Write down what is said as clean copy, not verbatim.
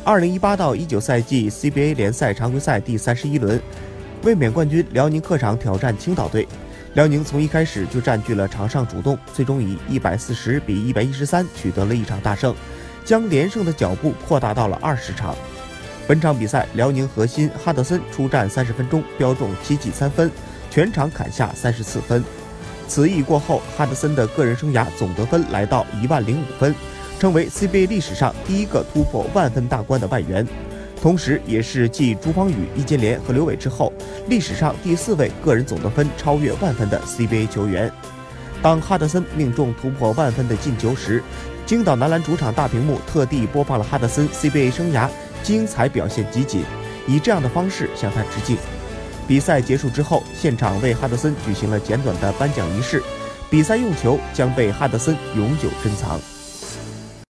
2018到19赛季 CBA 联赛常规赛第31轮，卫冕冠军辽宁客场挑战青岛队。辽宁从一开始就占据了场上主动，最终以140比113取得了一场大胜，将连胜的脚步扩大到了20场。本场比赛，辽宁核心哈德森出战30分钟，标中7记3分，全场砍下34分。此役过后，哈德森的个人生涯总得分来到10005分，成为 CBA 历史上第一个突破10000分大关的外援，同时也是继朱芳雨、易建联和刘伟之后，历史上第4位个人总得分超越10000分的 CBA 球员。当哈德森命中突破10000分的进球时，青岛男篮主场大屏幕特地播放了哈德森 CBA 生涯精彩表现集锦，以这样的方式向他致敬。比赛结束之后，现场为哈德森举行了简短的颁奖仪式，比赛用球将被哈德森永久珍藏。